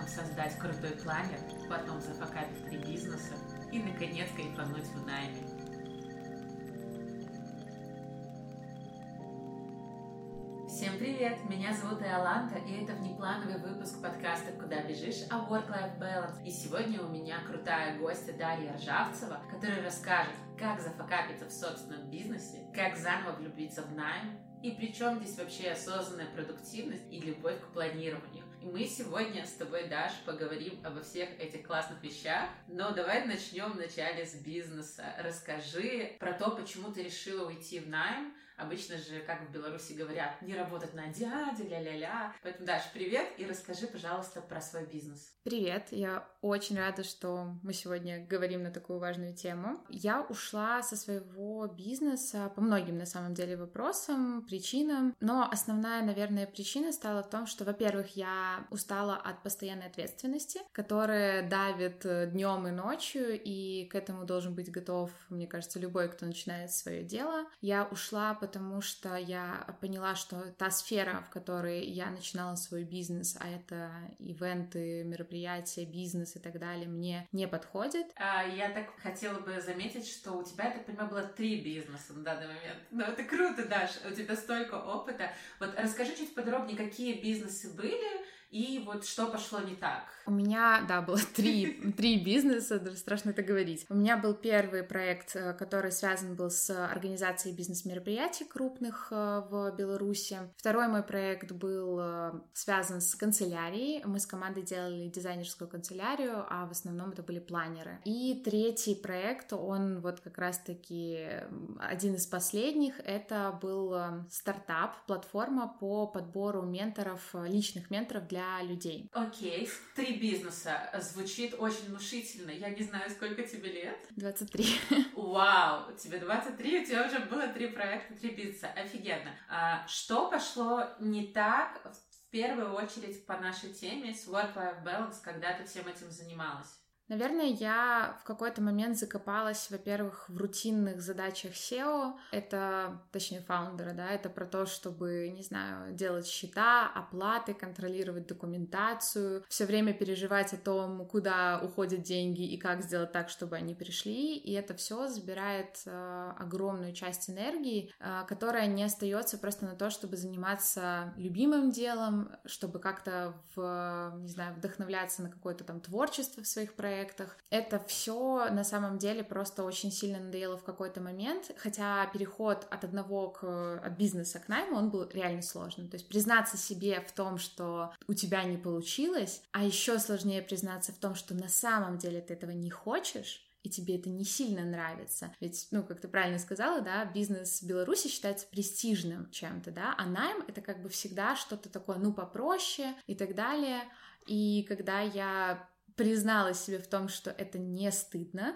создать крутой планер, потом зафакапить 3 бизнеса и, наконец, кайфануть в найме. Всем привет! Меня зовут Иоланта, и это внеплановый выпуск подкаста «Куда бежишь?» о Work-Life Balance. И сегодня у меня крутая гостья Дарья Ржавцева, которая расскажет, как зафакапиться в собственном бизнесе, как заново влюбиться в найм, и при чем здесь вообще осознанная продуктивность и любовь к планированию. И мы сегодня с тобой, Даш, поговорим обо всех этих классных вещах. Но давай начнем вначале с бизнеса. Расскажи про то, почему ты решила уйти в найм. Обычно же, как в Беларуси говорят, не работать на дядю, ля-ля-ля. Поэтому, Даш, привет, и расскажи, пожалуйста, про свой бизнес. Привет, я очень рада, что мы сегодня говорим на такую важную тему. Я ушла со своего бизнеса по многим, на самом деле, вопросам, причинам, но основная, наверное, причина стала в том, что, во-первых, я устала от постоянной ответственности, которая давит днем и ночью, и к этому должен быть готов, мне кажется, любой, кто начинает свое дело. Я ушла, потому что я поняла, что та сфера, в которой я начинала свой бизнес, а это ивенты, мероприятия, бизнес и так далее, мне не подходит. Я так хотела бы заметить, что у тебя, я так понимаю, было 3 бизнеса на данный момент. Ну, это круто, Даш, у тебя столько опыта. Вот расскажи чуть подробнее, какие бизнесы были, и вот что пошло не так? У меня, да, было три бизнеса, даже страшно это говорить. У меня был первый проект, который связан был с организацией бизнес-мероприятий крупных в Беларуси. Второй мой проект был связан с канцелярией. Мы с командой делали дизайнерскую канцелярию, а в основном это были планеры. И третий проект, он вот как раз-таки один из последних, это был стартап, платформа по подбору менторов, личных менторов для людей. Окей, 3 бизнеса. Звучит очень внушительно. Я не знаю, сколько тебе лет? 23. Вау, тебе 23, у тебя уже было 3 проекта, 3 бизнеса. Офигенно. Что пошло не так, в первую очередь, по нашей теме с Work-Life Balance, когда ты всем этим занималась? Наверное, я в какой-то момент закопалась, во-первых, в рутинных задачах SEO, это, точнее, фаундера, да, это про то, чтобы, не знаю, делать счета, оплаты, контролировать документацию, все время переживать о том, куда уходят деньги и как сделать так, чтобы они пришли, и это все забирает огромную часть энергии, которая не остается просто на то, чтобы заниматься любимым делом, чтобы как-то, не знаю, вдохновляться на какое-то там творчество в своих проектах. Это все на самом деле просто очень сильно надоело в какой-то момент, хотя переход от бизнеса к найму, он был реально сложным. То есть признаться себе в том, что у тебя не получилось, а еще сложнее признаться в том, что на самом деле ты этого не хочешь, и тебе это не сильно нравится. Ведь, как ты правильно сказала, да, бизнес в Беларуси считается престижным чем-то, да, а найм — это как бы всегда что-то такое, попроще и так далее. И когда я призналась себе в том, что это не стыдно.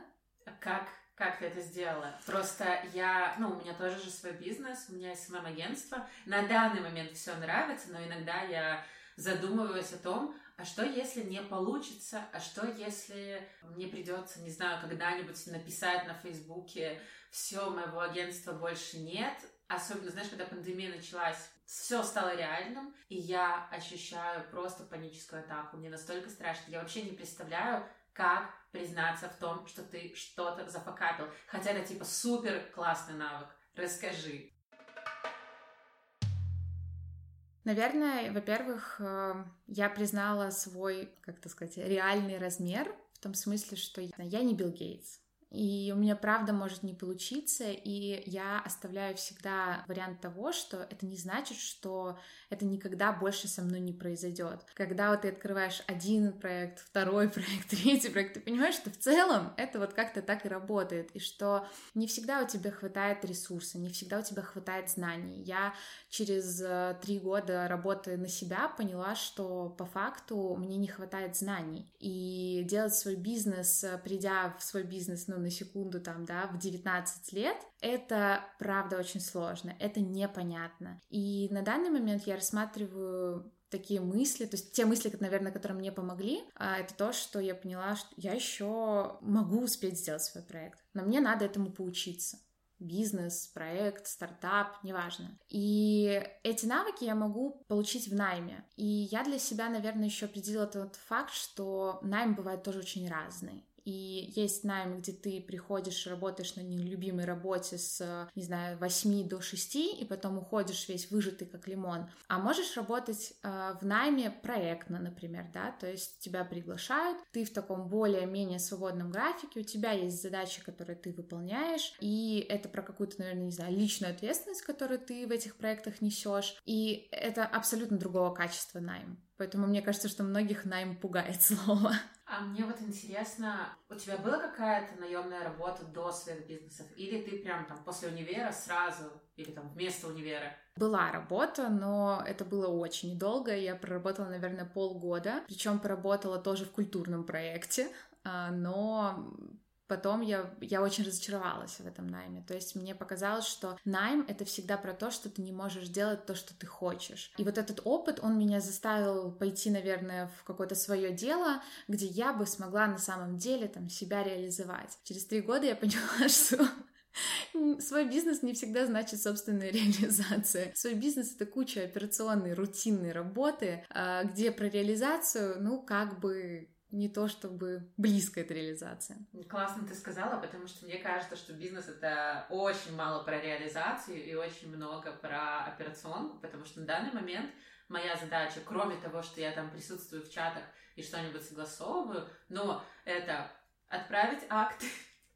Как ты это сделала? Просто у меня тоже же свой бизнес, у меня есть СММ-агентство. На данный момент все нравится, но иногда я задумываюсь о том, а что если не получится, а что если мне придется, не знаю, когда-нибудь написать на Фейсбуке: все, моего агентства больше нет. Особенно, знаешь, когда пандемия началась, все стало реальным, и я ощущаю просто паническую атаку. Мне настолько страшно. Я вообще не представляю, как признаться в том, что ты что-то зафакапил. Хотя это супер классный навык. Расскажи. Наверное, во-первых, я признала свой, реальный размер, в том смысле, что я не Билл Гейтс. И у меня, правда, может не получиться, и я оставляю всегда вариант того, что это не значит, что это никогда больше со мной не произойдет. Когда ты открываешь один проект, второй проект, третий проект, ты понимаешь, что в целом это вот как-то так и работает, и что не всегда у тебя хватает ресурса, не всегда у тебя хватает знаний. Я через 3 года работы на себя поняла, что по факту мне не хватает знаний. И делать свой бизнес, придя в свой бизнес, на секунду, в 19 лет, это, правда, очень сложно, это непонятно. И на данный момент я рассматриваю такие мысли, то есть те мысли, наверное, которые мне помогли, это то, что я поняла, что я еще могу успеть сделать свой проект, но мне надо этому поучиться. бизнес, проект, стартап, неважно. И эти навыки я могу получить в найме. И я для себя, наверное, еще определила тот факт, что найм бывает тоже очень разный. И есть найм, где ты приходишь, работаешь на нелюбимой работе с, не знаю, 8 до 6, и потом уходишь весь выжатый, как лимон. А можешь работать в найме проектно, например, да, то есть тебя приглашают, ты в таком более-менее свободном графике, у тебя есть задачи, которые ты выполняешь, и это про какую-то, наверное, не знаю, личную ответственность, которую ты в этих проектах несешь, и это абсолютно другого качества найм. Поэтому мне кажется, что многих найм пугает слово. А мне вот интересно, у тебя была какая-то наемная работа до своих бизнесов? Или ты прям там после универа сразу, или там вместо универа? Была работа, но это было очень долго. Я проработала, наверное, полгода. Причем поработала тоже в культурном проекте, но потом я очень разочаровалась в этом найме. То есть мне показалось, что найм — это всегда про то, что ты не можешь делать то, что ты хочешь. И вот этот опыт, он меня заставил пойти, наверное, в какое-то свое дело, где я бы смогла на самом деле там себя реализовать. Через 3 года я поняла, что свой бизнес не всегда значит собственная реализация. Свой бизнес — это куча операционной, рутинной работы, где про реализацию, как бы не то чтобы близко эта реализация. Классно ты сказала, потому что мне кажется, что бизнес — это очень мало про реализацию и очень много про операционку, потому что на данный момент моя задача, кроме того, что я там присутствую в чатах и что-нибудь согласовываю, но это отправить акты,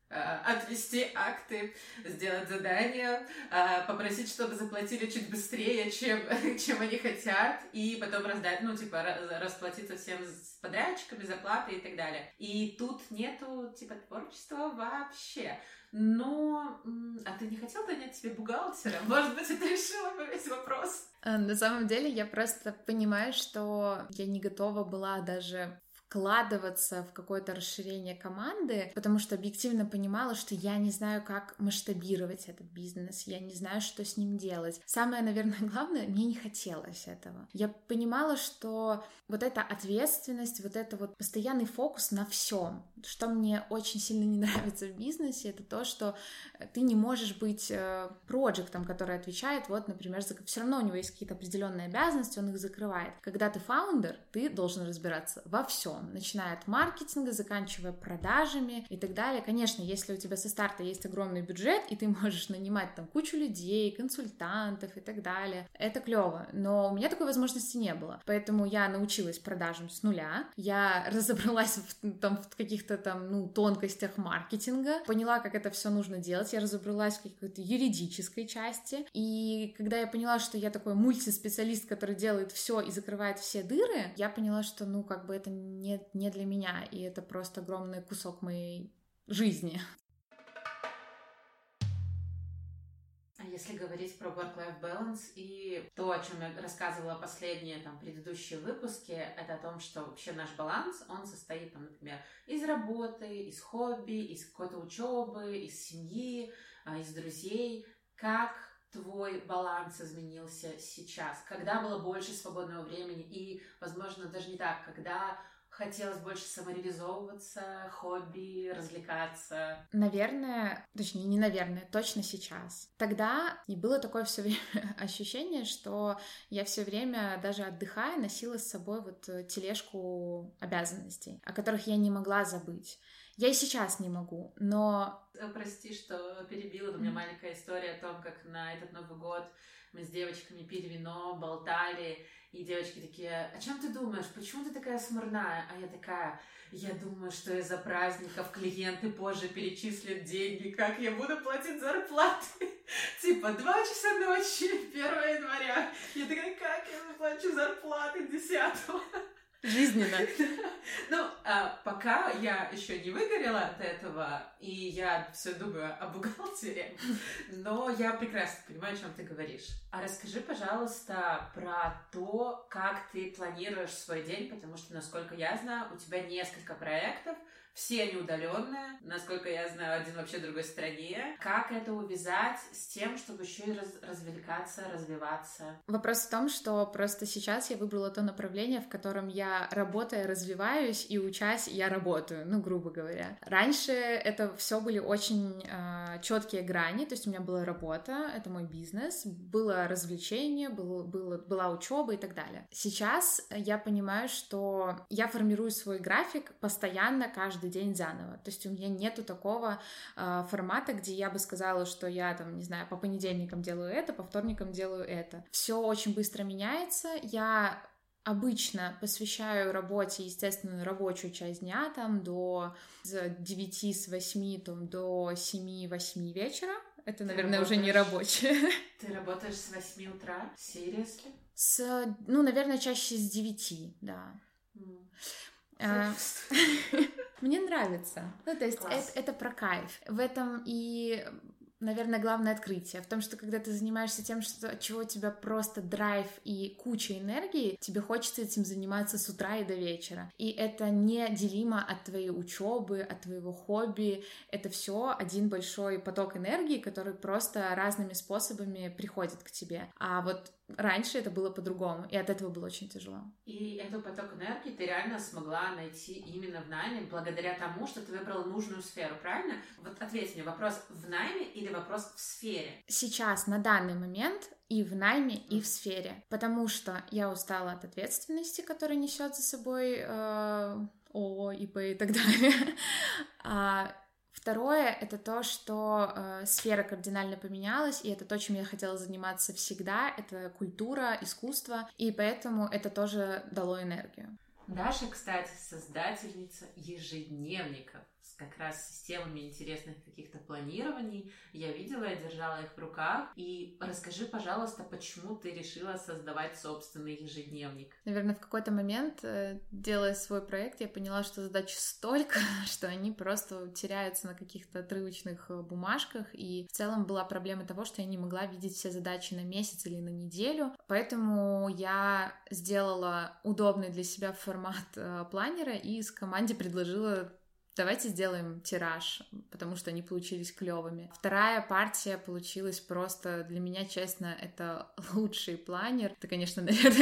отвести акты, сделать задания, попросить, чтобы заплатили чуть быстрее, чем они хотят, и потом раздать, расплатиться всем с подрядчиками, зарплаты и так далее. И тут нету, творчества вообще. Но, а ты не хотел нанять себе бухгалтера? Может быть, это решило бы весь вопрос? На самом деле, я просто понимаю, что я не готова была даже вкладываться в какое-то расширение команды, потому что объективно понимала, что я не знаю, как масштабировать этот бизнес, я не знаю, что с ним делать. Самое, наверное, главное, мне не хотелось этого. Я понимала, что вот эта ответственность, вот это вот постоянный фокус на всем, что мне очень сильно не нравится в бизнесе, это то, что ты не можешь быть проектом, который отвечает, вот, например, все равно у него есть какие-то определенные обязанности, он их закрывает. Когда ты фаундер, ты должен разбираться во всем, начиная от маркетинга, заканчивая продажами и так далее. Конечно, если у тебя со старта есть огромный бюджет, и ты можешь нанимать там кучу людей, консультантов и так далее, это клево, но у меня такой возможности не было. Поэтому я научилась продажам с нуля, я разобралась в каких-то там, тонкостях маркетинга, поняла, как это все нужно делать, я разобралась в какой-то юридической части, и когда я поняла, что я такой мультиспециалист, который делает все и закрывает все дыры, я поняла, что, это не для меня, и это просто огромный кусок моей жизни. А если говорить про work-life balance и то, о чем я рассказывала последние предыдущие выпуски, это о том, что вообще наш баланс, он состоит, например, из работы, из хобби, из какой-то учебы, из семьи, из друзей. Как твой баланс изменился сейчас? Когда было больше свободного времени и, возможно, даже не так, когда хотелось больше самореализовываться, хобби, развлекаться? Наверное, точнее, не наверное, точно сейчас. Тогда и было такое все время ощущение, что я все время, даже отдыхая, носила с собой тележку обязанностей, о которых я не могла забыть. Я и сейчас не могу, но... Прости, что перебила, у меня маленькая история о том, как на этот Новый год мы с девочками пили вино, болтали, и девочки такие: о чем ты думаешь? Почему ты такая смурная? А я такая: я думаю, что из-за праздников клиенты позже перечислят деньги, как я буду платить зарплаты. 2 часа ночи, 1 января. Я такая: как я заплачу зарплаты 10-го? Жизненно. Пока я еще не выгорела от этого, и я все думаю о бухгалтерии, но я прекрасно понимаю, о чем ты говоришь. А расскажи, пожалуйста, про то, как ты планируешь свой день, потому что, насколько я знаю, у тебя несколько проектов, Все они удаленные, насколько я знаю, один вообще в другой стране. Как это увязать с тем, чтобы еще и развлекаться, развиваться? Вопрос в том, что просто сейчас я выбрала то направление, в котором я, работая, развиваюсь, и учась, я работаю, ну, грубо говоря. Раньше это все были очень четкие грани, то есть у меня была работа, это мой бизнес, было развлечение, была учеба и так далее. Сейчас я понимаю, что я формирую свой график постоянно, каждый день заново. То есть у меня нету такого формата, где я бы сказала, что я там, не знаю, по понедельникам делаю это, по вторникам делаю это. Все очень быстро меняется. Я обычно посвящаю работе, естественно, рабочую часть дня, там, с 9, с 8 там, до 7-8 вечера. Это, наверное, уже не рабочее. Ты работаешь с 8 утра? Seriously? Наверное, чаще с 9, да. Мне нравится. Ну, то есть это про кайф. В этом и, наверное, главное открытие. В том, что когда ты занимаешься тем, от чего у тебя просто драйв и куча энергии, тебе хочется этим заниматься с утра и до вечера. И это неделимо от твоей учебы, от твоего хобби. Это все один большой поток энергии, который просто разными способами приходит к тебе. А вот раньше это было по-другому, и от этого было очень тяжело. И этот поток энергии ты реально смогла найти именно в найме, благодаря тому, что ты выбрала нужную сферу, правильно? Вот ответь мне, вопрос в найме или вопрос в сфере? Сейчас, на данный момент, и в найме, и в сфере. Потому что я устала от ответственности, которая несет за собой ООО, ИП и так далее. Второе — это то, что сфера кардинально поменялась, и это то, чем я хотела заниматься всегда, это культура, искусство, и поэтому это тоже дало энергию. Даша, кстати, создательница ежедневников с как раз системами интересных каких-то планирований. Я видела, я держала их в руках. И расскажи, пожалуйста, почему ты решила создавать собственный ежедневник? Наверное, в какой-то момент, делая свой проект, я поняла, что задач столько, что они просто теряются на каких-то отрывочных бумажках, и в целом была проблема того, что я не могла видеть все задачи на месяц или на неделю, поэтому я сделала удобный для себя формат планера и с команде предложила: давайте сделаем тираж, потому что они получились клевыми. Вторая партия получилась просто, для меня, честно, это лучший планер. Это, конечно, наверное,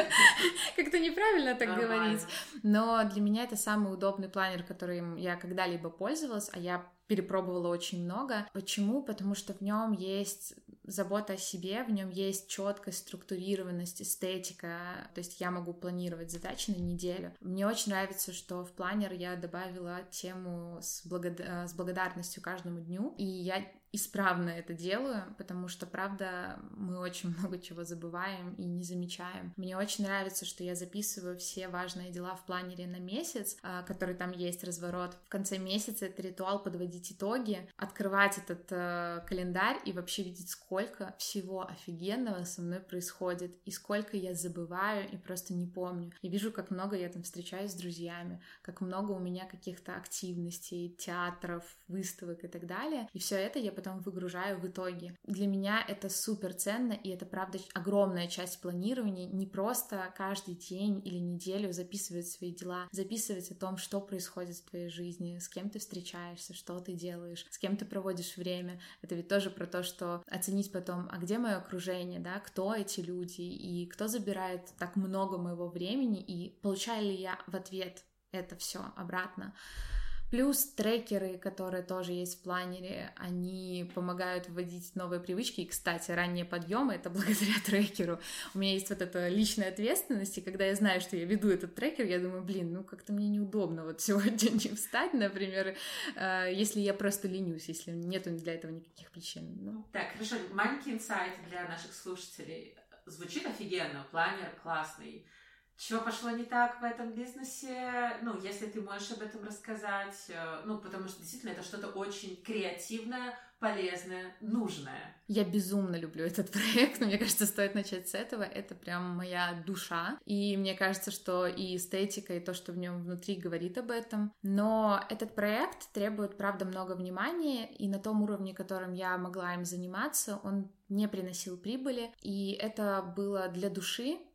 как-то неправильно так говорить, но для меня это самый удобный планер, которым я когда-либо пользовалась, а я перепробовала очень много. Почему? Потому что в нем есть забота о себе, в нем есть четкость, структурированность, эстетика, то есть я могу планировать задачи на неделю. Мне очень нравится, что в планер я добавила тему с благодарностью каждому дню, и я исправно это делаю, потому что, правда, мы очень много чего забываем и не замечаем. Мне очень нравится, что я записываю все важные дела в планере на месяц, который там есть разворот. В конце месяца это ритуал подводить итоги, открывать этот календарь и вообще видеть, сколько всего офигенного со мной происходит, и сколько я забываю и просто не помню. И вижу, как много я там встречаюсь с друзьями, как много у меня каких-то активностей, театров, выставок и так далее. И все это я потом выгружаю в итоге. Для меня это супер ценно, и это, правда, огромная часть планирования. Не просто каждый день или неделю записывать свои дела, записывать о том, что происходит в твоей жизни, с кем ты встречаешься, что ты делаешь, с кем ты проводишь время. Это ведь тоже про то, что оценить потом, а где мое окружение, да, кто эти люди, и кто забирает так много моего времени, и получаю ли я в ответ это все обратно. Плюс трекеры, которые тоже есть в планере, они помогают вводить новые привычки. И, кстати, ранние подъемы — это благодаря трекеру. У меня есть вот эта личная ответственность, и когда я знаю, что я веду этот трекер, я думаю, ну как-то мне неудобно вот сегодня не встать, например, если я просто ленюсь, если нету для этого никаких причин. Ну. Так, хорошо, маленький инсайт для наших слушателей. Звучит офигенно, планер классный. Чего пошло не так в этом бизнесе? Ну, если ты можешь об этом рассказать. Ну, потому что действительно это что-то очень креативное, полезное, нужное. Я безумно люблю этот проект, но мне кажется, стоит начать с этого. Это прям моя душа. И мне кажется, что и эстетика, и то, что в нем внутри, говорит об этом. Но этот проект требует, правда, много внимания, и на том уровне, которым я могла им заниматься, он не приносил прибыли. И это было для души.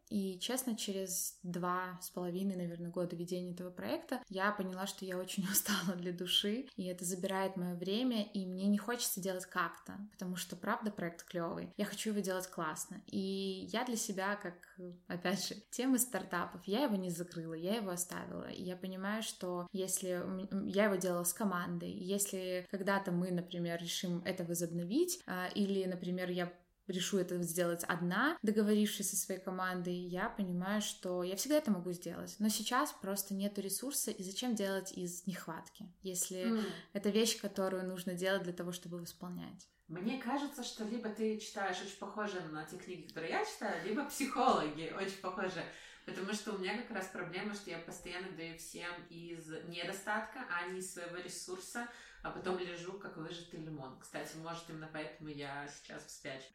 И, честно, через 2,5, наверное, года ведения этого проекта я поняла, что я очень устала для души, и это забирает мое время, и мне не хочется делать как-то, потому что, правда, проект клевый. Я хочу его делать классно. И я для себя, как, опять же, тема стартапов, я его не закрыла, я его оставила. И я понимаю, что если я его делала с командой, если когда-то мы, например, решим это возобновить, или, например, я решу это сделать одна, договорившись со своей командой, я понимаю, что я всегда это могу сделать. Но сейчас просто нету ресурса, и зачем делать из нехватки, если это вещь, которую нужно делать для того, чтобы восполнять. Мне кажется, что либо ты читаешь очень похоже на те книги, которые я читаю, либо психологи очень похожи. Потому что у меня как раз проблема, что я постоянно даю всем из недостатка, а не из своего ресурса, а потом лежу, как выжатый лимон. Кстати, может, именно поэтому я сейчас в спячке.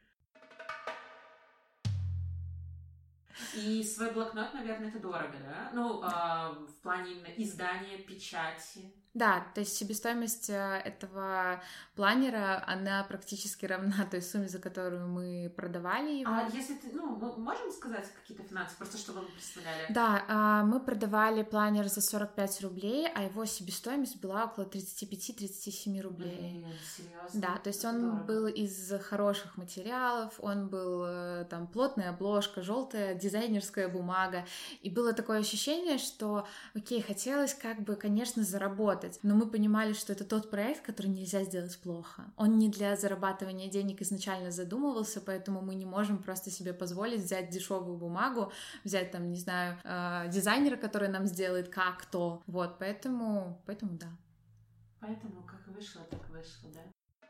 И свой блокнот, наверное, это дорого, да? Ну, в плане именно издания, печати. Да, то есть себестоимость этого планера, она практически равна той сумме, за которую мы продавали его. А если ты, мы можем сказать какие-то финансы, просто чтобы вы представляли? Да, мы продавали планер за 45 рублей, а его себестоимость была около 35-37 рублей. Серьезно? Да, то есть он был из хороших материалов, он был там плотная обложка, желтая дизайнерская бумага, и было такое ощущение, что, окей, хотелось как бы, конечно, заработать, но мы понимали, что это тот проект, который нельзя сделать плохо. Он не для зарабатывания денег изначально задумывался, поэтому мы не можем просто себе позволить взять дешевую бумагу, взять там, не знаю, дизайнера, который нам сделает как-то. Вот, поэтому да. Поэтому как вышло, так вышло, да?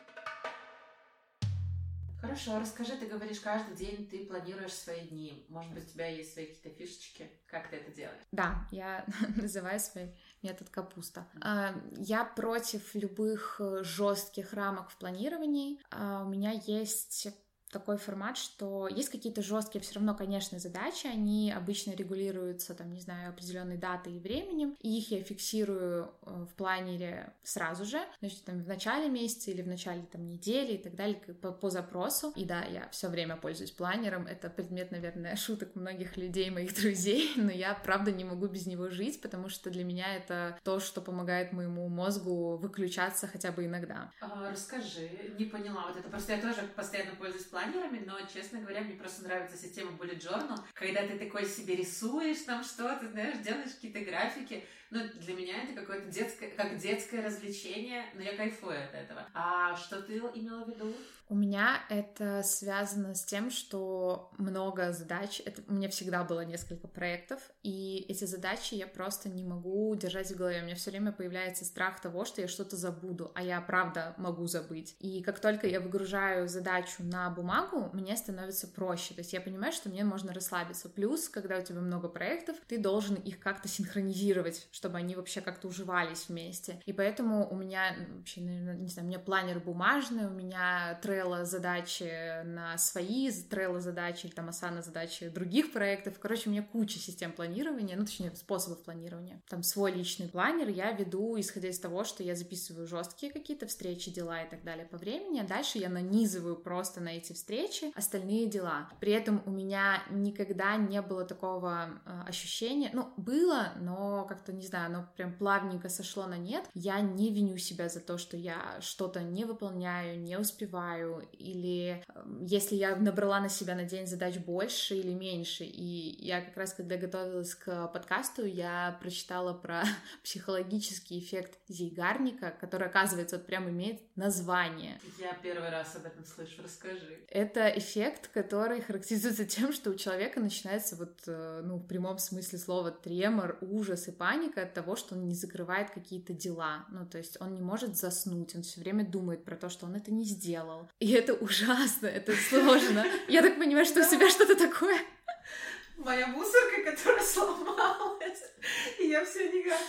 Хорошо, расскажи, ты говоришь, каждый день ты планируешь свои дни. Может быть, у тебя есть свои какие-то фишечки? Как ты это делаешь? Да, я называю свой метод капуста. Я против любых жестких рамок в планировании. У меня есть такой формат, что есть какие-то жесткие все равно, конечно, задачи, они обычно регулируются, там, не знаю, определенной датой и временем, и их я фиксирую в планере сразу же, значит, там, в начале месяца или в начале, там, недели и так далее, по запросу. И да, я все время пользуюсь планером, это предмет, наверное, шуток многих людей, моих друзей, но я, правда, не могу без него жить, потому что для меня это то, что помогает моему мозгу выключаться хотя бы иногда. Расскажи, не поняла вот это, просто я тоже постоянно пользуюсь планером, но, честно говоря, мне просто нравится система Bullet Journal, когда ты такой себе рисуешь там что-то, знаешь, делаешь какие-то графики. Ну, для меня это какое-то детское развлечение, но я кайфую от этого. А что ты имела в виду? У меня это связано с тем, что много задач. У меня всегда было несколько проектов, и эти задачи я просто не могу держать в голове. У меня все время появляется страх того, что я что-то забуду, а я правда могу забыть. И как только я выгружаю задачу на бумагу, мне становится проще. То есть я понимаю, что мне можно расслабиться. Плюс, когда у тебя много проектов, ты должен их как-то синхронизировать, чтобы они вообще как-то уживались вместе. И поэтому у меня вообще, наверное, не знаю, у меня планер бумажный, у меня Trello задачи на свои, Trello задачи или там Asana задачи других проектов. Короче, у меня куча систем планирования, ну, точнее, способов планирования. Там свой личный планер я веду, исходя из того, что я записываю жесткие какие-то встречи, дела и так далее по времени, а дальше я нанизываю просто на эти встречи остальные дела. При этом у меня никогда не было такого ощущения, ну, было, но как-то, не знаю, оно прям плавненько сошло на нет. Я не виню себя за то, что я что-то не выполняю, не успеваю, или если я набрала на себя на день задач больше или меньше. И я как раз, когда готовилась к подкасту, я прочитала про психологический эффект Зейгарника, который, оказывается, вот прям имеет название. Я первый раз об этом слышу, расскажи. Это эффект, который характеризуется тем, что у человека начинается вот, ну, в прямом смысле слова тремор, ужас и паника от того, что он не закрывает какие-то дела. Ну, то есть он не может заснуть, он все время думает про то, что он это не сделал. И это ужасно, это сложно. Я так понимаю, что у тебя что-то такое. Моя мусорка, которая сломалась, и я все никак...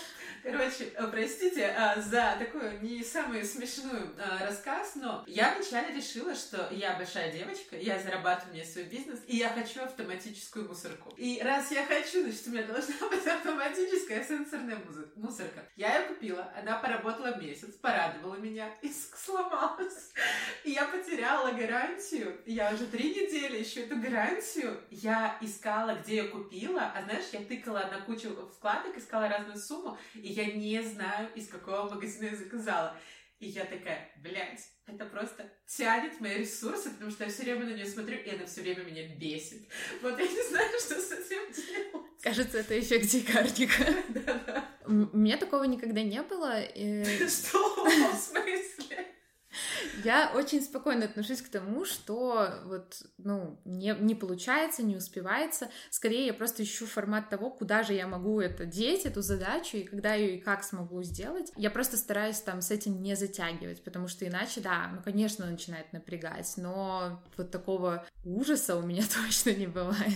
Короче, простите за такую не самую смешную рассказ, но я вначале решила, что я большая девочка, я зарабатываю мне свой бизнес, и я хочу автоматическую мусорку. И раз я хочу, значит, у меня должна быть автоматическая сенсорная мусорка. Я ее купила, она поработала месяц, порадовала меня и сломалась. И я потеряла гарантию. Я уже 3 недели ищу эту гарантию. Я искала, где я купила, а знаешь, я тыкала на кучу вкладок, искала разную сумму, и я не знаю, из какого магазина я заказала. И я такая, блядь, это просто тянет мои ресурсы, потому что я все время на нее смотрю, и она все время меня бесит. Вот я не знаю, что с этим делать. Кажется, это эффект дикарника. Да-да. У меня такого никогда не было. Что? В смысле? Я очень спокойно отношусь к тому, что вот, не получается, не успевается. Скорее, я просто ищу формат того, куда же я могу это деть, эту задачу, и когда ее и как смогу сделать. Я просто стараюсь там с этим не затягивать, потому что иначе, да, конечно, начинает напрягать, но вот такого ужаса у меня точно не бывает.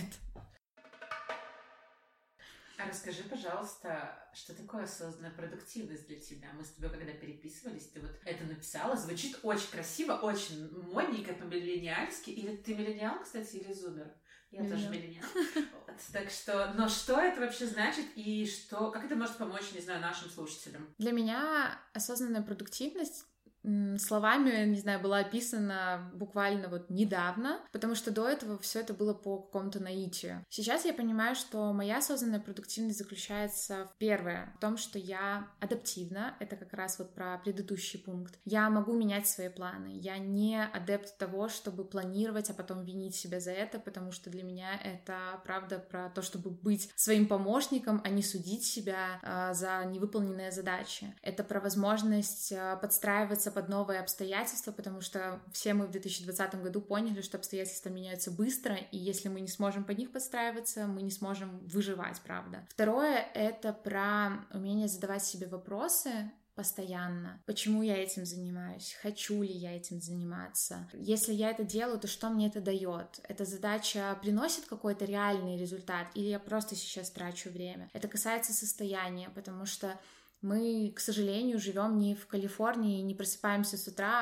А расскажи, пожалуйста, что такое осознанная продуктивность для тебя? Мы с тобой, когда переписывались, ты вот это написала. Звучит очень красиво, очень модненько, по-миллениальски. Или ты миллениал, кстати, или зумер? Я тоже миллениал. Вот. Так что, но что это вообще значит и что, как это может помочь, не знаю, нашим слушателям? Для меня осознанная продуктивность словами, не знаю, была описана буквально вот недавно, потому что до этого все это было по какому-то наитию. Сейчас я понимаю, что моя осознанная продуктивность заключается в том, что я адаптивна, это как раз вот про предыдущий пункт. Я могу менять свои планы, я не адепт того, чтобы планировать, а потом винить себя за это, потому что для меня это правда про то, чтобы быть своим помощником, а не судить себя за невыполненные задачи. Это про возможность подстраиваться под новые обстоятельства, потому что все мы в 2020 году поняли, что обстоятельства меняются быстро, и если мы не сможем под них подстраиваться, мы не сможем выживать, правда. Второе — это про умение задавать себе вопросы постоянно. Почему я этим занимаюсь? Хочу ли я этим заниматься? Если я это делаю, то что мне это дает? Эта задача приносит какой-то реальный результат, или я просто сейчас трачу время? Это касается состояния, потому что мы, к сожалению, живем не в Калифорнии, не просыпаемся с утра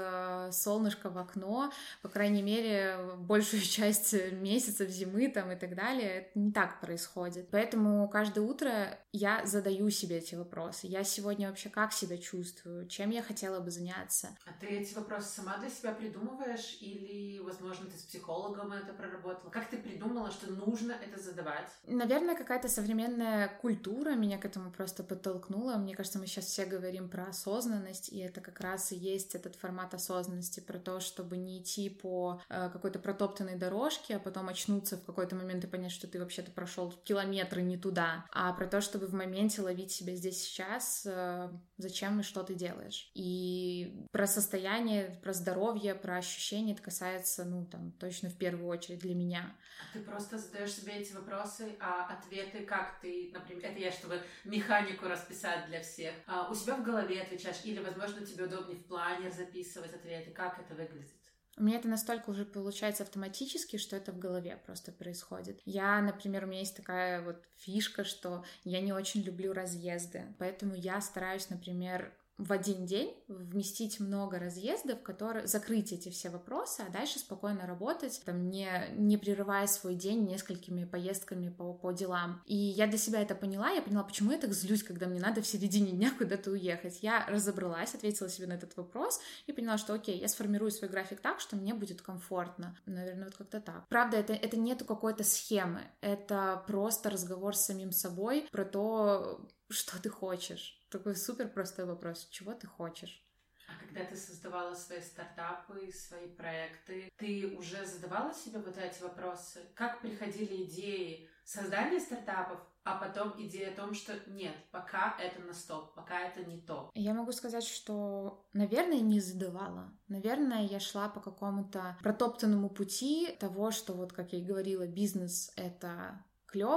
от солнышка в окно, по крайней мере, большую часть месяцев зимы там и так далее. Это не так происходит. Поэтому каждое утро я задаю себе эти вопросы. Я сегодня вообще как себя чувствую? Чем я хотела бы заняться? А ты эти вопросы сама для себя придумываешь? Или, возможно, ты с психологом это проработала? Как ты придумала, что нужно это задавать? Наверное, какая-то современная культура меня к этому просто подтолкнула. Мне кажется, мы сейчас все говорим про осознанность, и это как раз и есть этот формат осознанности, про то, чтобы не идти по какой-то протоптанной дорожке, а потом очнуться в какой-то момент и понять, что ты вообще-то прошел километры не туда, а про то, чтобы в моменте ловить себя здесь сейчас, зачем и что ты делаешь. И про состояние, про здоровье, про ощущения это касается, точно в первую очередь для меня. А ты просто задаешь себе эти вопросы, а ответы как ты, например, это я, чтобы механику расписать для всех, у себя в голове отвечаешь, или, возможно, тебе удобнее в планер записывать ответы, как это выглядит? У меня это настолько уже получается автоматически, что это в голове просто происходит. Например, у меня есть такая вот фишка, что я не очень люблю разъезды, поэтому я стараюсь, например, в один день вместить много разъездов, закрыть эти все вопросы, а дальше спокойно работать, не прерывая свой день несколькими поездками по делам. И я для себя это поняла, почему я так злюсь, когда мне надо в середине дня куда-то уехать. Я разобралась, ответила себе на этот вопрос и поняла, что окей, я сформирую свой график так, что мне будет комфортно. Наверное, вот как-то так. Правда, это нету какой-то схемы, это просто разговор с самим собой про то, что ты хочешь. Такой супер простой вопрос. Чего ты хочешь? А когда ты создавала свои стартапы, свои проекты, ты уже задавала себе вот эти вопросы? Как приходили идеи создания стартапов, а потом идея о том, что нет, пока это на стоп, пока это не то? Я могу сказать, что, наверное, не задавала. Наверное, я шла по какому-то протоптанному пути того, что, вот как я и говорила, бизнес — это клево,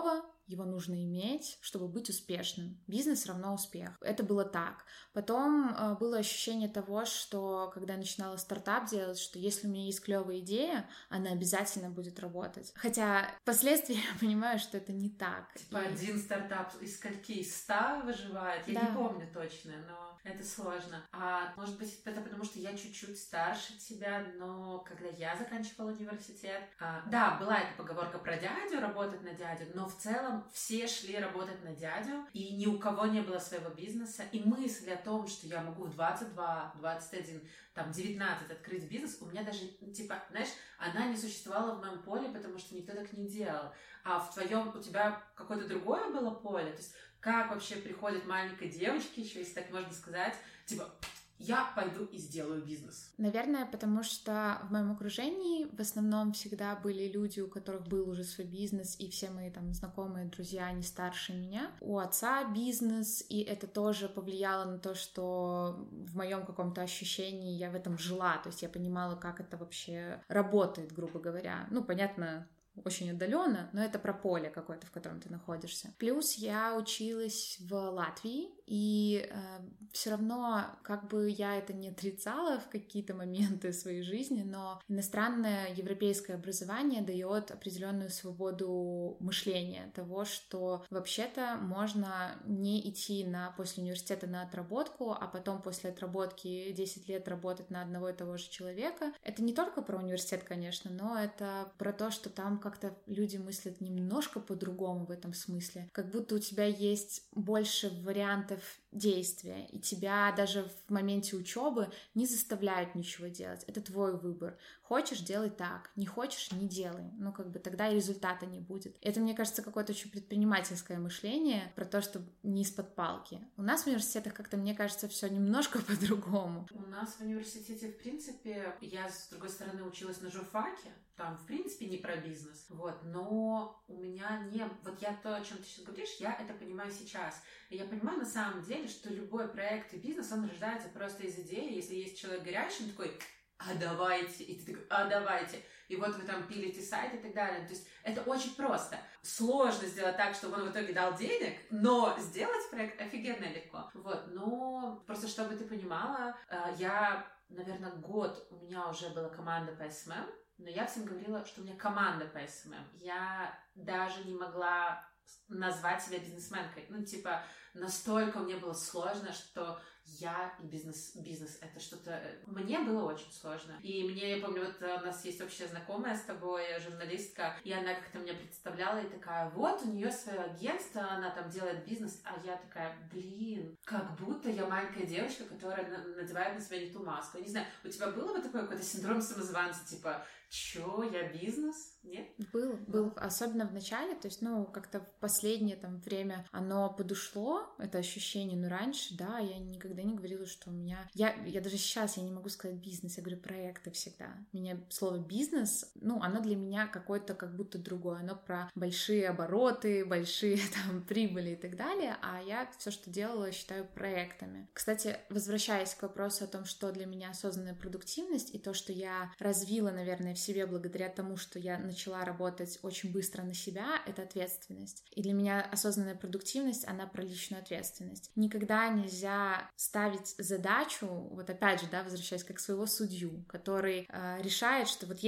его нужно иметь, чтобы быть успешным. Бизнес равно успех. Это было так. Потом было ощущение того, что когда я начинала стартап делать, что если у меня есть клевая идея, она обязательно будет работать. Хотя впоследствии я понимаю, что это не так. Типа один стартап из скольки? Из 100 выживает? Я не помню точно, но это сложно. А может быть, это потому, что я чуть-чуть старше тебя, но когда я заканчивала университет, да, была эта поговорка про дядю, работать на дядю, но в целом все шли работать на дядю, и ни у кого не было своего бизнеса, и мысль о том, что я могу в 22, 21, там, 19 открыть бизнес, у меня даже, типа, знаешь, она не существовала в моем поле, потому что никто так не делал. А у тебя какое-то другое было поле? То есть как вообще приходит маленькой девочке, еще если так можно сказать, типа, я пойду и сделаю бизнес? Наверное, потому что в моем окружении в основном всегда были люди, у которых был уже свой бизнес, и все мои там знакомые, друзья, они старше меня. У отца бизнес, и это тоже повлияло на то, что в моем каком-то ощущении я в этом жила, то есть я понимала, как это вообще работает, грубо говоря. Ну, понятно, очень отдаленно, но это про поле какое-то, в котором ты находишься. Плюс я училась в Латвии, и все равно, как бы я это не отрицала в какие-то моменты своей жизни, но иностранное европейское образование дает определенную свободу мышления, того, что вообще-то можно не идти после университета на отработку, а потом после отработки 10 лет работать на одного и того же человека. Это не только про университет, конечно, но это про то, что там как-то люди мыслят немножко по-другому в этом смысле. Как будто у тебя есть больше вариантов действия, и тебя даже в моменте учебы не заставляют ничего делать. Это твой выбор. Хочешь — делай так, не хочешь — не делай. Ну, как бы тогда и результата не будет. Это, мне кажется, какое-то очень предпринимательское мышление про то, что не из-под палки. У нас в университетах как-то, мне кажется, все немножко по-другому. У нас в университете, в принципе, я, с другой стороны, училась на журфаке, там, в принципе, не про бизнес, вот, но у меня не... Вот я то, о чем ты сейчас говоришь, я это понимаю сейчас. И я понимаю на самом деле, что любой проект и бизнес, он рождается просто из идеи. Если есть человек горячий, он такой, а давайте, и ты такой, а давайте. И вот вы там пилите сайт и так далее. То есть это очень просто. Сложно сделать так, чтобы он в итоге дал денег, но сделать проект офигенно легко. Вот, но просто чтобы ты понимала, я, наверное, год у меня уже была команда по SMM, но я всем говорила, что у меня команда по SMM. Я даже не могла назвать себя бизнесменкой. Ну, типа, настолько мне было сложно, что я и бизнес это что-то... Мне было очень сложно. И я помню, вот у нас есть общая знакомая с тобой, журналистка, и она как-то меня представляла и такая, вот у нее свое агентство, она там делает бизнес, а я такая, блин, как будто я маленькая девочка, которая надевает на себя не ту маску. Я не знаю, у тебя было бы такой какой-то синдром самозванца, типа, чё, я бизнес? Нет? Был. Особенно в начале, то есть, ну, как-то в последнее там время оно подушло, это ощущение, но раньше, да, я никогда не говорила, что у меня... Я даже сейчас, я не могу сказать бизнес, я говорю проекты всегда. Меня слово бизнес, ну, оно для меня какое-то как будто другое, оно про большие обороты, большие там прибыли и так далее, а я все, что делала, считаю проектами. Кстати, возвращаясь к вопросу о том, что для меня осознанная продуктивность и то, что я развила, наверное, в себе благодаря тому, что я начала работать очень быстро на себя, это ответственность. И для меня осознанная продуктивность, она про личную ответственность. Никогда нельзя ставить задачу, вот опять же, да, возвращаясь как своего судью, который решает, что вот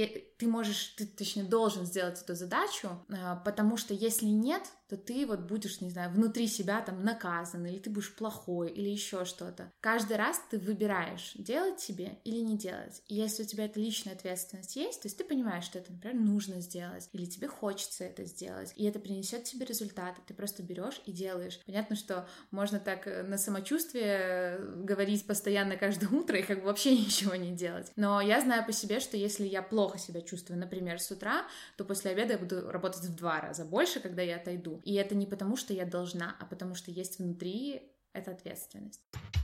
ты точнее должен сделать эту задачу, потому что если нет, то ты вот будешь, не знаю, внутри себя там наказан, или ты будешь плохой, или еще что-то. Каждый раз ты выбираешь, делать тебе или не делать. И если у тебя эта личная ответственность есть, то есть ты понимаешь, что это, например, нужно сделать, или тебе хочется это сделать, и это принесет тебе результаты, ты просто берешь и делаешь. Понятно, что можно так на самочувствие говорить постоянно каждое утро и как бы вообще ничего не делать. Но я знаю по себе, что если я плохо себя чувствую, например, с утра, то после обеда я буду работать в 2 раза больше, когда я отойду. И это не потому, что я должна, а потому что есть внутри эта ответственность.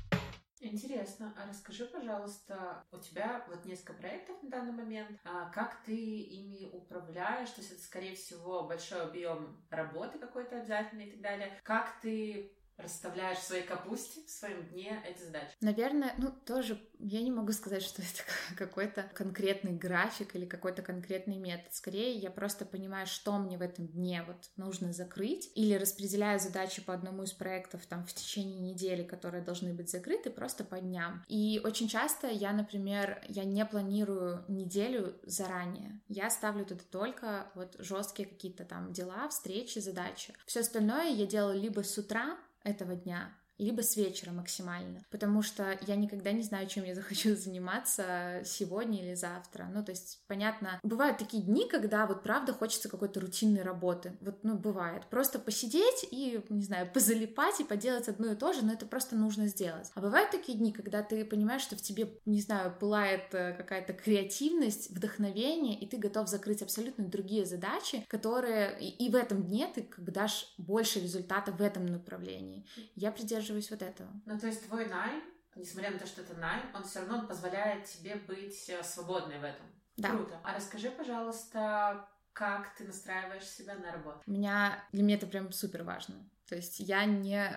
Интересно. А расскажи, пожалуйста, у тебя вот несколько проектов на данный момент. Как ты ими управляешь? То есть это, скорее всего, большой объем работы какой-то обязательно и так далее. Как ты расставляешь в своей капусте, в своем дне эти задачи? Наверное, тоже я не могу сказать, что это какой-то конкретный график или какой-то конкретный метод. Скорее, я просто понимаю, что мне в этом дне вот нужно закрыть, или распределяю задачи по одному из проектов там в течение недели, которые должны быть закрыты, просто по дням. И очень часто я, например, не планирую неделю заранее. Я ставлю туда только вот жесткие какие-то там дела, встречи, задачи. Все остальное я делаю либо с утра этого дня, либо с вечера максимально, потому что я никогда не знаю, чем я захочу заниматься сегодня или завтра. То есть, понятно, бывают такие дни, когда вот правда хочется какой-то рутинной работы. Вот, бывает. Просто посидеть и, не знаю, позалипать и поделать одно и то же, но это просто нужно сделать. А бывают такие дни, когда ты понимаешь, что в тебе, не знаю, пылает какая-то креативность, вдохновение, и ты готов закрыть абсолютно другие задачи, которые и в этом дне ты как бы дашь больше результата в этом направлении. Я придерживаюсь вот этого. То есть твой найм, несмотря на то, что это найм, он все равно позволяет тебе быть свободной в этом. Да. Круто. А расскажи, пожалуйста, как ты настраиваешь себя на работу? Для меня это прям супер важно. То есть для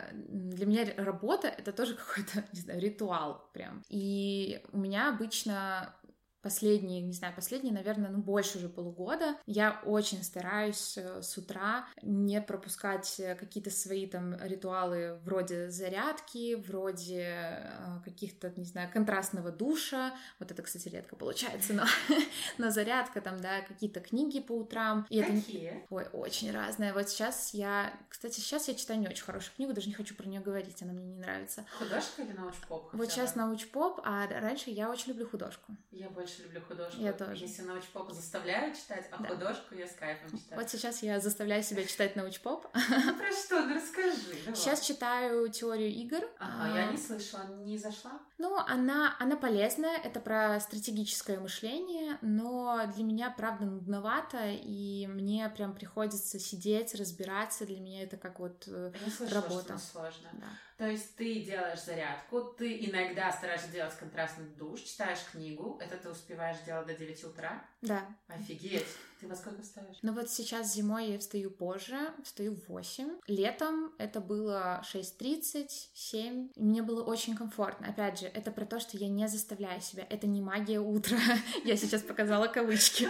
меня работа — это тоже какой-то, не знаю, ритуал прям. И у меня обычно последние, наверное, больше уже полугода, я очень стараюсь с утра не пропускать какие-то свои там ритуалы вроде зарядки, вроде каких-то, не знаю, контрастного душа. Вот это, кстати, редко получается, но зарядка там, да, какие-то книги по утрам. И какие? Ой, очень разные. Вот сейчас я читаю не очень хорошую книгу, даже не хочу про нее говорить, она мне не нравится. Художка или научпоп? Вот сейчас научпоп, а раньше я очень люблю художку. Я больше люблю художку. Я тоже. Если научпоп заставляю читать, а художку я с кайфом читаю. Вот сейчас я заставляю себя читать научпоп. Про что? Расскажи. Давай. Сейчас читаю теорию игр. Я не слышала, не зашла. Она полезная, это про стратегическое мышление, но для меня, правда, нудновато, и мне прям приходится сидеть, разбираться. Для меня это как вот я слышала, работа. Что сложно. Да. То есть ты делаешь зарядку, ты иногда стараешься делать контрастный душ, читаешь книгу, это ты успеваешь делать до 9 утра? Да. Офигеть! Ты во сколько встаешь? Вот сейчас зимой я встаю позже, встаю в 8. Летом это было 6:30, 7. И мне было очень комфортно. Опять же, это про то, что я не заставляю себя. Это не магия утра. Я сейчас показала кавычки.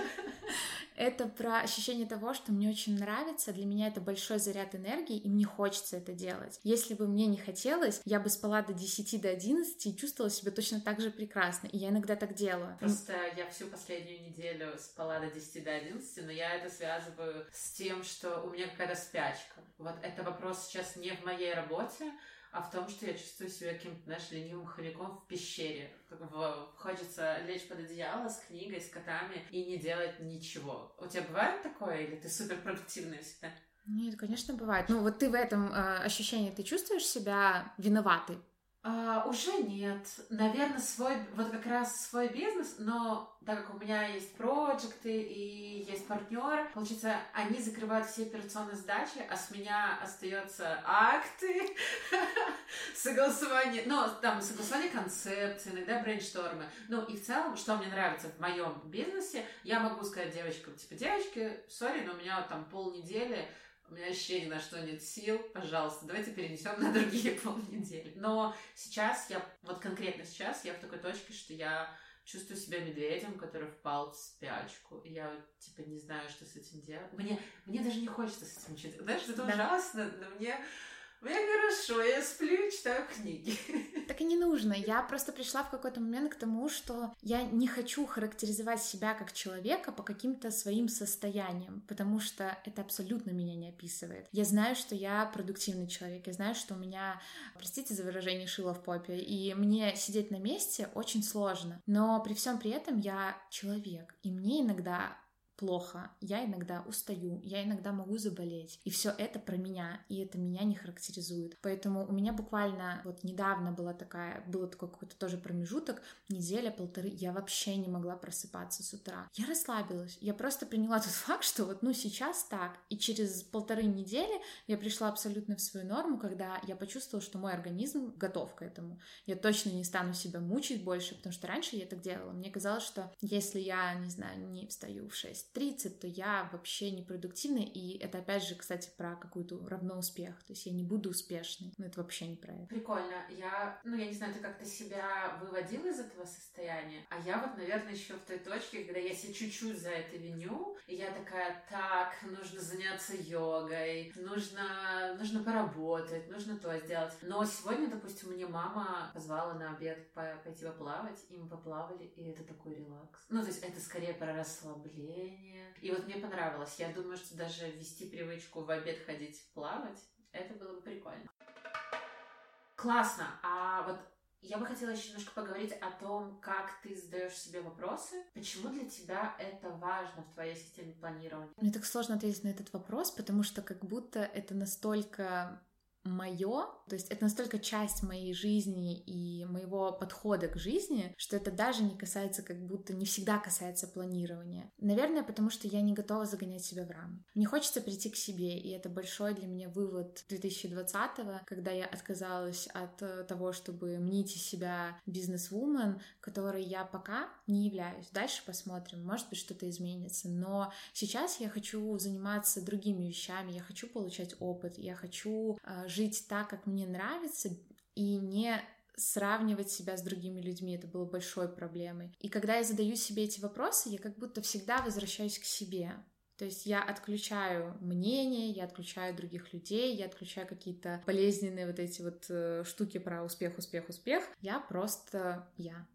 Это про ощущение того, что мне очень нравится, для меня это большой заряд энергии, и мне хочется это делать. Если бы мне не хотелось, я бы спала до 10, до 11 и чувствовала себя точно так же прекрасно, и я иногда так делаю. Просто я всю последнюю неделю спала до 10, до 11, но я это связываю с тем, что у меня какая-то спячка. Вот это вопрос сейчас не в моей работе, а в том, что я чувствую себя каким-то, знаешь, ленивым хомяком в пещере. Хочется лечь под одеяло с книгой, с котами и не делать ничего. У тебя бывает такое, или ты суперпродуктивная всегда? Нет, конечно, бывает. Вот ты в этом ощущении, ты чувствуешь себя виноватой? Уже нет. Наверное, как раз свой бизнес, но так как у меня есть проекты и есть партнер, получается, они закрывают все операционные задачи, а с меня остаются акты, согласование концепции, иногда брейнштормы. И в целом, что мне нравится в моем бизнесе, я могу сказать девочкам, девочки, сори, но у меня там полнедели, у меня вообще ни на что нет сил, пожалуйста, давайте перенесем на другие полнедели. Но конкретно сейчас я в такой точке, что я чувствую себя медведем, который впал в спячку. И я, не знаю, что с этим делать. Мне даже не хочется с этим ничего делать. Знаешь, это ужасно, но мне хорошо, я сплю и читаю книги. Так и не нужно. Я просто пришла в какой-то момент к тому, что я не хочу характеризовать себя как человека по каким-то своим состояниям, потому что это абсолютно меня не описывает. Я знаю, что я продуктивный человек, я знаю, что у меня, простите за выражение, шило в попе, и мне сидеть на месте очень сложно. Но при всем при этом я человек, и мне иногда плохо, я иногда устаю, я иногда могу заболеть. И все это про меня, и это меня не характеризует. Поэтому у меня буквально недавно был такой какой-то тоже промежуток, неделя-полторы, я вообще не могла просыпаться с утра. Я расслабилась, я просто приняла тот факт, что сейчас так. И через 1.5 недели я пришла абсолютно в свою норму, когда я почувствовала, что мой организм готов к этому. Я точно не стану себя мучить больше, потому что раньше я так делала. Мне казалось, что если я, не знаю, не встаю в 6 30, то я вообще непродуктивна, и это опять же, кстати, про какой-то равноуспех, то есть я не буду успешной, но это вообще не про это. Прикольно. Я не знаю, ты как-то себя выводила из этого состояния, а я вот, наверное, еще в той точке, когда я себя чуть-чуть за это виню, и я такая, так, нужно заняться йогой, нужно поработать, нужно то сделать. Но сегодня, допустим, мне мама позвала на обед пойти поплавать, и мы поплавали, и это такой релакс. То есть это скорее про расслабление. И вот мне понравилось. Я думаю, что даже ввести привычку в обед ходить плавать, это было бы прикольно. Классно. А вот я бы хотела еще немножко поговорить о том, как ты задаешь себе вопросы. Почему для тебя это важно в твоей системе планирования? Мне так сложно ответить на этот вопрос, потому что как будто это настолько моё, то есть это настолько часть моей жизни и моего подхода к жизни, что это даже не касается, как будто не всегда касается планирования. Наверное, потому что я не готова загонять себя в рамки. Мне хочется прийти к себе, и это большой для меня вывод 2020-го, когда я отказалась от того, чтобы мнить из себя бизнес-вумен, которой я пока не являюсь. Дальше посмотрим, может быть, что-то изменится. Но сейчас я хочу заниматься другими вещами, я хочу получать опыт, я хочу жить так, как мне нравится, и не сравнивать себя с другими людьми. Это было большой проблемой. И когда я задаю себе эти вопросы, я как будто всегда возвращаюсь к себе. То есть я отключаю мнение, я отключаю других людей, я отключаю какие-то болезненные вот эти вот штуки про успех, успех, успех. Я просто я.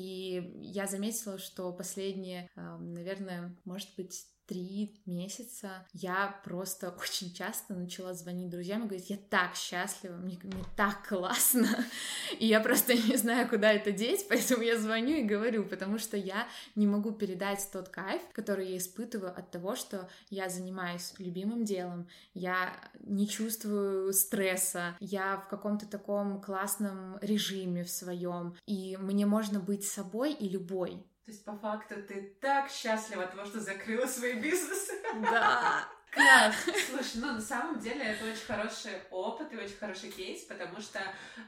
И я заметила, что последние, наверное, может быть, 3 месяца я просто очень часто начала звонить друзьям и говорить, я так счастлива, мне так классно, и я просто не знаю, куда это деть, поэтому я звоню и говорю, потому что я не могу передать тот кайф, который я испытываю от того, что я занимаюсь любимым делом, я не чувствую стресса, я в каком-то таком классном режиме в своем, и мне можно быть собой и любой. То есть, по факту, ты так счастлива от того, что закрыла свои бизнесы. Да! Класс! Слушай, на самом деле это очень хороший опыт и очень хороший кейс, потому что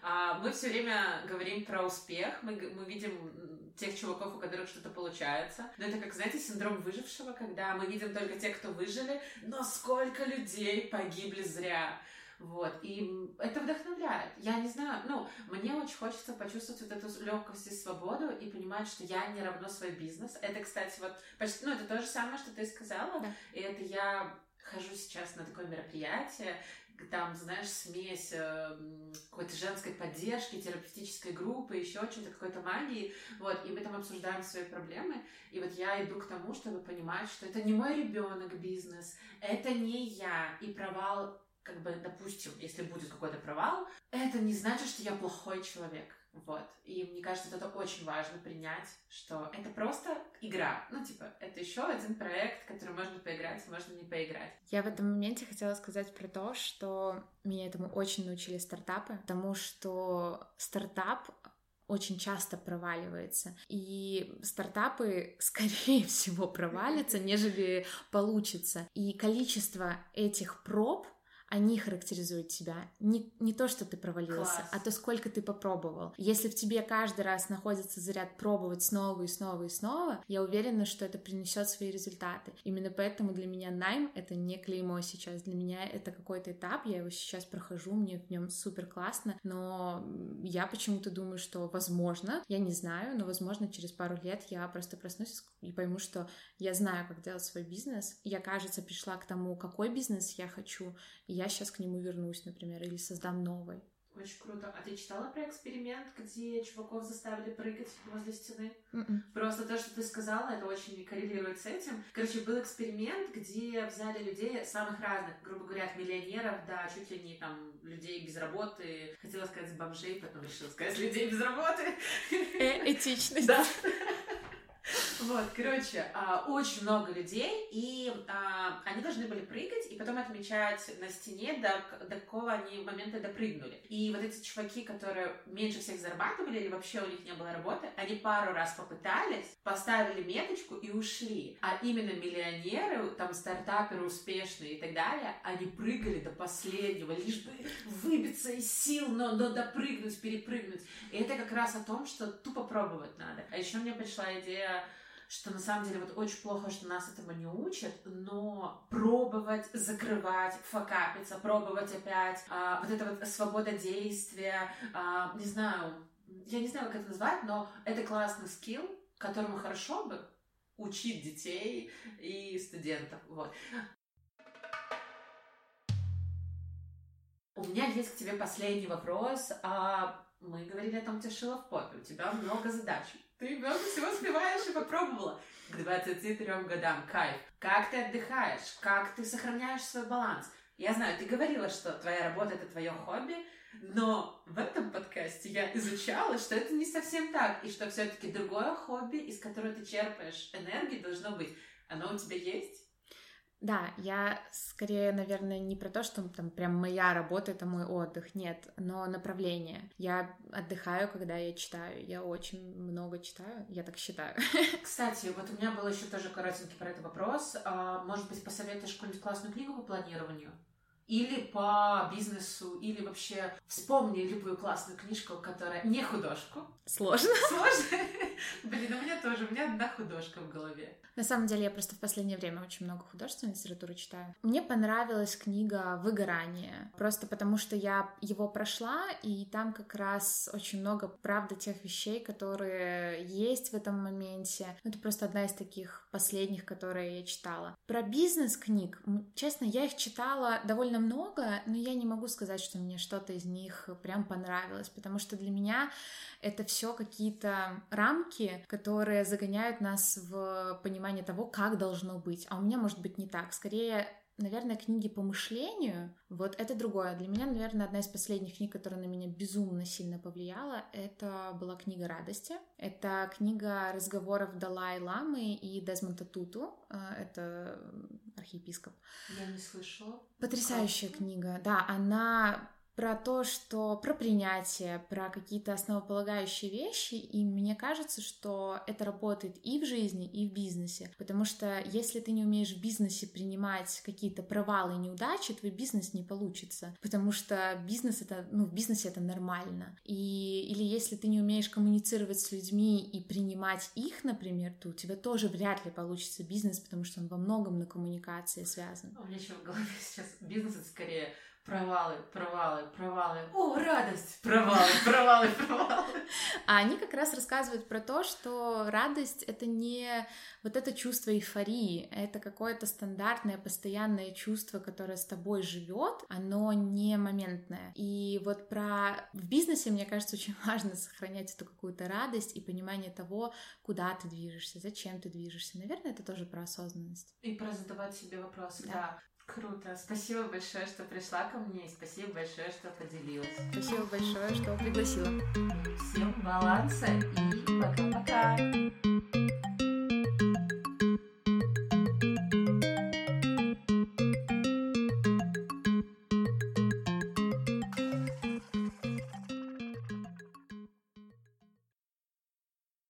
мы все время говорим про успех, мы видим тех чуваков, у которых что-то получается, но это как, знаете, синдром выжившего, когда мы видим только тех, кто выжили, но сколько людей погибли зря. Вот, и это вдохновляет. Я не знаю, мне очень хочется почувствовать вот эту легкость и свободу и понимать, что я не равно свой бизнес. Это, кстати, вот почти, это то же самое, что ты сказала. Да. И это я хожу сейчас на такое мероприятие, там, знаешь, смесь какой-то женской поддержки, терапевтической группы, еще чего-то, какой-то магии, вот, и мы там обсуждаем свои проблемы, и вот я иду к тому, чтобы понимать, что это не мой ребенок бизнес, это не я, и провал, допустим, если будет какой-то провал, это не значит, что я плохой человек. Вот. И мне кажется, это очень важно принять, что это просто игра. Это еще один проект, который можно поиграть, можно не поиграть. Я в этом моменте хотела сказать про то, что меня этому очень научили стартапы, потому что стартап очень часто проваливается. И стартапы, скорее всего, провалятся, нежели получится. И количество этих проб, они характеризуют тебя. Не то, что ты провалился, Класс. А то, сколько ты попробовал. Если в тебе каждый раз находится заряд пробовать снова и снова и снова, я уверена, что это принесет свои результаты. Именно поэтому для меня найм — это не клеймо сейчас. Для меня это какой-то этап, я его сейчас прохожу, мне в нем супер классно, но я почему-то думаю, что возможно, я не знаю, но возможно через пару лет я просто проснусь и пойму, что я знаю, как делать свой бизнес. Я, кажется, пришла к тому, какой бизнес я хочу, и я сейчас к нему вернусь, например, или создам новый. Очень круто. А ты читала про эксперимент, где чуваков заставили прыгать возле стены? Просто то, что ты сказала, это очень коррелирует с этим. Короче, был эксперимент, где взяли людей самых разных, грубо говоря, от миллионеров до чуть ли не людей без работы. Хотела сказать бомжей, потом решила сказать людей без работы. Этичность. Да. Вот, короче, очень много людей, и они должны были прыгать и потом отмечать на стене, до какого они момента допрыгнули. И вот эти чуваки, которые меньше всех зарабатывали или вообще у них не было работы, они пару раз попытались, поставили меточку и ушли. А именно миллионеры, стартаперы успешные и так далее, они прыгали до последнего, лишь бы выбиться из сил, но допрыгнуть, перепрыгнуть. И это как раз о том, что тупо пробовать надо. А еще мне пришла идея что на самом деле вот очень плохо, что нас этому не учат, но пробовать, закрывать, факапиться, пробовать опять, вот эта вот свобода действия, не знаю, я не знаю, как это назвать, но это классный скилл, которому хорошо бы учить детей и студентов, вот. У меня есть к тебе последний вопрос. Мы говорили о том, что шило в попе, у тебя много задач. Ты много всего успеваешь и попробовала. К 23 годам, кайф. Как ты отдыхаешь? Как ты сохраняешь свой баланс? Я знаю, ты говорила, что твоя работа — это твое хобби, но в этом подкасте я изучала, что это не совсем так, и что все-таки другое хобби, из которого ты черпаешь энергию, должно быть. Оно у тебя есть? Да, я скорее, наверное, не про то, что там прям моя работа — это мой отдых, нет, но направление. Я отдыхаю, когда я читаю, я очень много читаю, я так считаю. Кстати, вот у меня был еще тоже коротенький про это вопрос. Может быть, посоветуешь какую-нибудь классную книгу по планированию? Или по бизнесу, или вообще вспомни любую классную книжку, которая не художку. Сложно. Сложно? Блин, у меня тоже, у меня одна художка в голове. На самом деле, я просто в последнее время очень много художественной литературы читаю. Мне понравилась книга «Выгорание», просто потому что я его прошла, и там как раз очень много, правда, тех вещей, которые есть в этом моменте. Это просто одна из таких последних, которые я читала. Про бизнес книг, честно, я их читала довольно много, но я не могу сказать, что мне что-то из них прям понравилось, потому что для меня это все какие-то рамки, которые загоняют нас в понимание того, как должно быть. А у меня может быть не так. Скорее, наверное, книги по мышлению, вот это другое. Для меня, наверное, одна из последних книг, которая на меня безумно сильно повлияла, это была книга «Радости». Это книга разговоров Далай-ламы и Дезмонда Туту. Это архиепископ. Я не слышала. Потрясающая книга. Да, она про то, что про принятие, про какие-то основополагающие вещи, и мне кажется, что это работает и в жизни, и в бизнесе, потому что если ты не умеешь в бизнесе принимать какие-то провалы и неудачи, твой бизнес не получится, потому что бизнес это, в бизнесе это нормально, или если ты не умеешь коммуницировать с людьми и принимать их, например, то у тебя тоже вряд ли получится бизнес, потому что он во многом на коммуникации связан. У меня еще в голове сейчас бизнес это скорее провалы. О, радость! Провалы. А они как раз рассказывают про то, что радость — это не вот это чувство эйфории, это какое-то стандартное, постоянное чувство, которое с тобой живет, оно не моментное. И вот в бизнесе, мне кажется, очень важно сохранять эту какую-то радость и понимание того, куда ты движешься, зачем ты движешься. Наверное, это тоже про осознанность. И про задавать себе вопросы, да. Круто. Спасибо большое, что пришла ко мне, и спасибо большое, что поделилась. Спасибо большое, что пригласила. Всем баланса и пока-пока.